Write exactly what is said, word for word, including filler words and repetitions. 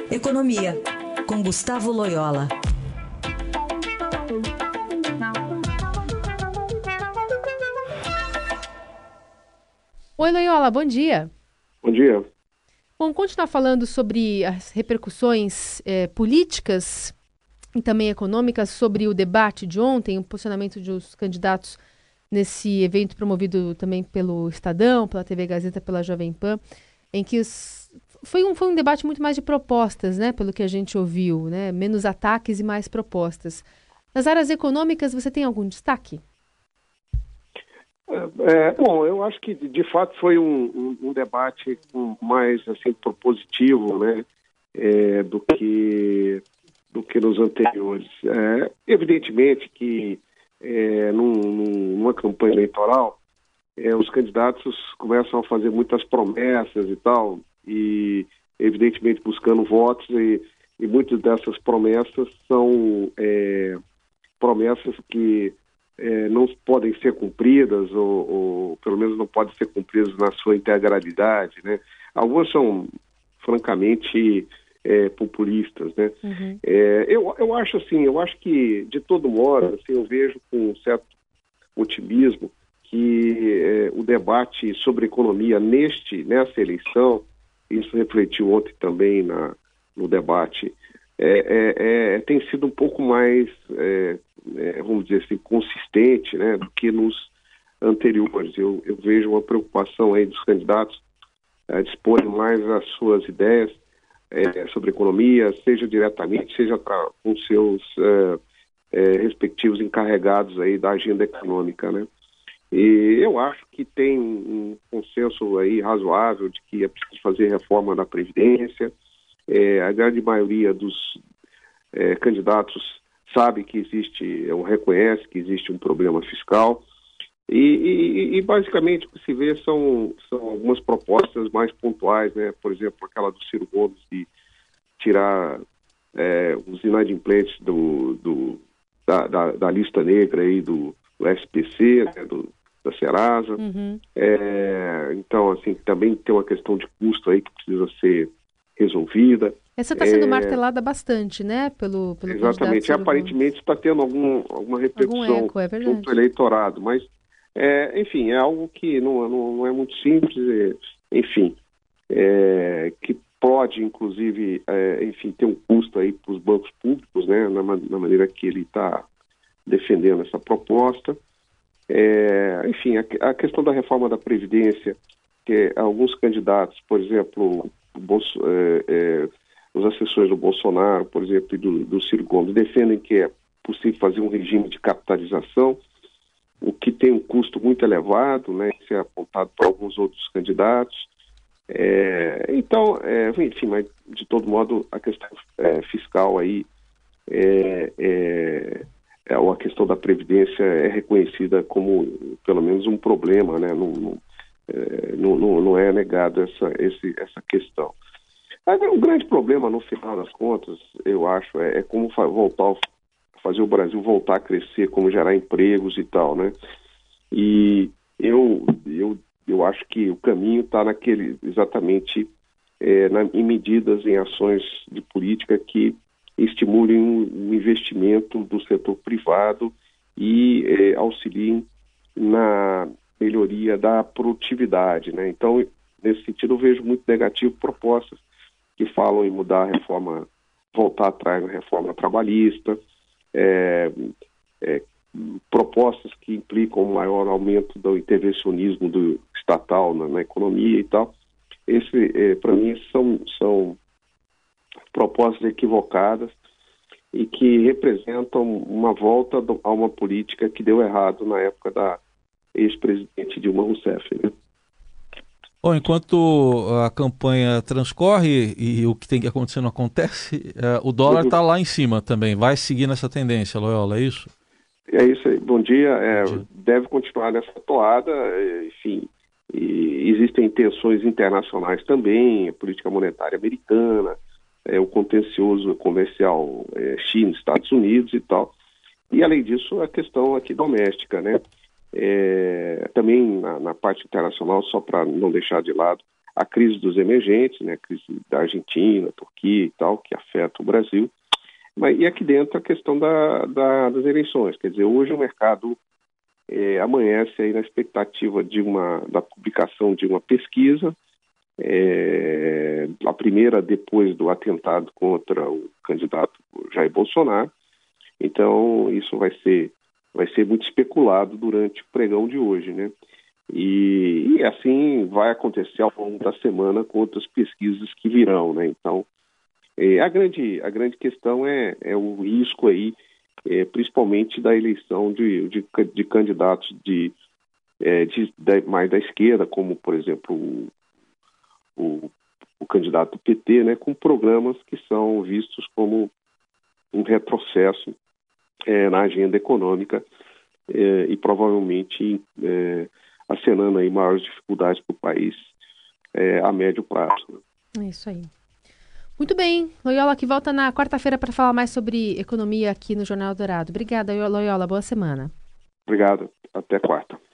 Economia, com Gustavo Loyola. Oi, Loyola, bom dia. Bom dia. Vamos continuar falando sobre as repercussões eh, políticas e também econômicas sobre o debate de ontem, o posicionamento dos candidatos nesse evento promovido também pelo Estadão, pela T V Gazeta, pela Jovem Pan, em que os... foi, um, foi um debate muito mais de propostas, né, pelo que a gente ouviu, né, menos ataques e mais propostas. Nas áreas econômicas, você tem algum destaque? É, bom, eu acho que de fato foi um, um, um debate mais assim propositivo, né, é, do que do que nos anteriores. É, evidentemente que é, num, numa campanha eleitoral é, os candidatos começam a fazer muitas promessas e tal, e evidentemente buscando votos, e, e muitas dessas promessas são é, promessas que É, não podem ser cumpridas, ou, ou pelo menos não podem ser cumpridas na sua integralidade, né? Algumas são francamente é, populistas, né? Uhum. É, eu, eu acho assim, eu acho que de todo modo, assim, eu vejo com um certo otimismo que é, o debate sobre economia neste, nessa eleição, isso refletiu ontem também na, no debate, é, é, é, tem sido um pouco mais é, É, vamos dizer assim, consistente, né, do que nos anteriores. Eu, eu vejo uma preocupação aí dos candidatos a disporem mais as suas ideias é, sobre economia, seja diretamente, seja pra, com seus é, é, respectivos encarregados aí da agenda econômica, né. E eu acho que tem um consenso aí razoável de que é preciso fazer reforma da Previdência. É, a grande maioria dos é, candidatos sabe que existe, ou reconhece que existe um problema fiscal, e, e, e basicamente o que se vê são, são algumas propostas mais pontuais, né? Por exemplo, aquela do Ciro Gomes de tirar é, os inadimplentes do, do, da, da, da lista negra aí do, do S P C, né? do, da Serasa. Uhum. É, então, assim, também tem uma questão de custo aí que precisa ser resolvida. Essa está sendo É, martelada bastante, né, pelo, pelo candidato Exatamente. Ciro Aparentemente está tendo algum, alguma Gomes. Algum repercussão eco, é junto verdade. ao eleitorado, mas, é, enfim, é algo que não, não, não é muito simples, é, enfim, é, que pode, inclusive, é, enfim, ter um custo aí para os bancos públicos, né, na, na maneira que ele está defendendo essa proposta. É, enfim, a, a questão da reforma da Previdência, que alguns candidatos, por exemplo, o Bolso, é, é, os assessores do Bolsonaro, por exemplo, e do, do Ciro Gomes, defendem que é possível fazer um regime de capitalização, o que tem um custo muito elevado, né, isso é apontado por alguns outros candidatos. É, então, é, enfim, mas de todo modo a questão é, fiscal aí, é, é, é, a questão da Previdência é reconhecida como pelo menos um problema, né, não, não, é, não, não é negado essa, esse, essa questão. Agora, o grande problema, no final das contas, eu acho, é, é como fa- voltar, fazer o Brasil voltar a crescer, como gerar empregos e tal, né? E eu, eu, eu acho que o caminho está naquele, exatamente, é, na, em medidas, em ações de política que estimulem o investimento do setor privado e é, auxiliem na melhoria da produtividade, né? Então, nesse sentido, eu vejo muito negativo propostas que falam em mudar a reforma, voltar atrás na reforma trabalhista, é, é, propostas que implicam um maior aumento do intervencionismo do estatal na, na economia e tal. Esse, é, para mim, são, são propostas equivocadas e que representam uma volta do, a uma política que deu errado na época da ex-presidente Dilma Rousseff, né? Bom, enquanto a campanha transcorre e o que tem que acontecer não acontece, é, o dólar está lá em cima também. Vai seguir nessa tendência, Loyola, é isso? É isso aí. Bom dia. É, Bom dia. Deve continuar nessa toada, enfim. E existem tensões internacionais também, a política monetária americana, é, o contencioso comercial é, China, Estados Unidos e tal. E, além disso, a questão aqui doméstica, né? É, também na, na parte internacional, só para não deixar de lado, a crise dos emergentes, né, a crise da Argentina, Turquia e tal, que afeta o Brasil. Mas, e aqui dentro a questão da, da, das eleições. Quer dizer, hoje o mercado é, amanhece aí na expectativa de uma, da publicação de uma pesquisa, é, a primeira depois do atentado contra o candidato Jair Bolsonaro. Então, isso vai ser, vai ser muito especulado durante o pregão de hoje, né? E, e assim vai acontecer ao longo da semana com outras pesquisas que virão, né? Então, é, a, grande, a grande questão é, é o risco aí, é, principalmente da eleição de, de, de candidatos de, é, de, de, mais da esquerda, como, por exemplo, o, o, o candidato do P T, né? Com programas que são vistos como um retrocesso é, na agenda econômica é, e provavelmente é, acenando aí maiores dificuldades para o país é, a médio prazo. É isso aí. Muito bem. Loyola que volta na quarta-feira para falar mais sobre economia aqui no Jornal Dourado. Obrigada, Loyola. Boa semana. Obrigado. Até quarta.